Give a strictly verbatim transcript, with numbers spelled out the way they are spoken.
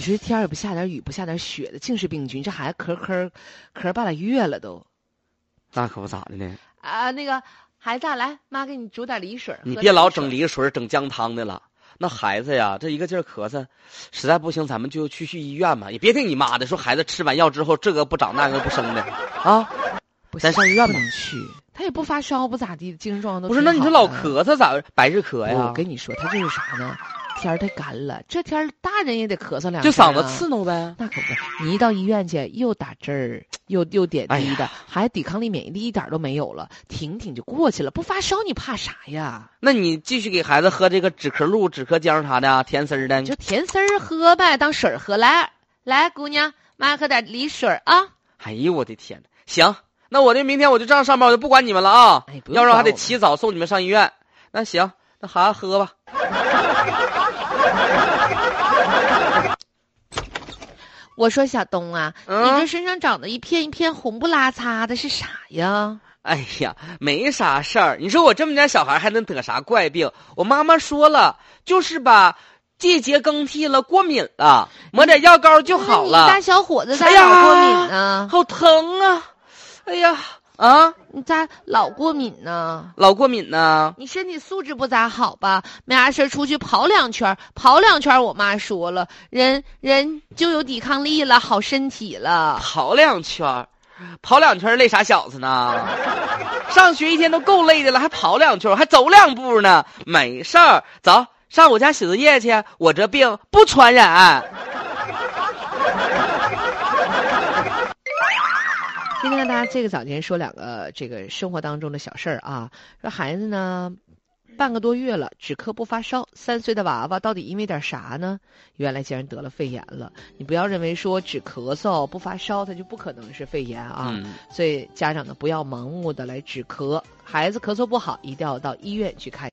说天也不下点雨，不下点雪的，净是病菌。这孩子咳咳咳半拉月了都。 那可不咋的呢。 啊，那个孩子、啊，来，妈给你煮点梨水。 你别老整梨水、整姜汤的了。那孩子呀，这一个劲儿咳嗽，实在不行，咱们就去去医院嘛。也别听你妈的说，孩子吃完药之后这个不长那个不生的啊。咱上医院吧。 去，他也不发烧，不咋地，精神状况都不是。那你这老咳嗽咋白日咳呀？ 我跟你说，他这是啥呢？天儿太干了，这天儿大人也得咳嗽两声、啊， 就嗓子刺挠呗。 那可不，你一到医院去，又打针儿，又又点滴的，还、哎、抵抗力、免疫力一点都没有了，挺挺就过去了。不发烧你怕啥呀？ 那你继续给孩子喝这个止咳露、止咳浆啥的，甜丝儿的， 就甜丝儿喝呗，当水喝。来来，姑娘，妈喝点梨水啊。 哎呦我的天，行，那我这明天我就这样上班，我就不管你们了啊。 哎、 要不然还得起早送你们上医院。那行，那孩子喝吧。 我说小东啊、 嗯， 你这身上长得一片一片红不拉擦的是啥呀？ 哎呀，没啥事儿。你说我这么点小孩还能得啥怪病？我妈妈说了，就是吧，季节更替了，过敏了，抹点药膏就好了。 你大小伙子咋老过敏呢、 哎？好疼啊！哎呀啊！ 你咋老过敏呢？ 老过敏呢？ 你身体素质不咋好吧？没啥事出去跑两圈，跑两圈，我妈说了，人人就有抵抗力了，好身体了。 跑两圈，跑两圈累啥小子呢？上学一天都够累的了，还跑两圈，还走两步呢？没事儿，走上我家写作业去，我这病不传染。 今天跟大家这个早间说两个这个生活当中的小事儿啊，说孩子呢半个多月了，只咳不发烧，三岁的娃娃到底因为点啥呢？原来竟然得了肺炎了。你不要认为说只咳嗽不发烧，它就不可能是肺炎啊。 嗯、 所以家长呢不要盲目的来止咳，孩子咳嗽不好，一定要到医院去看。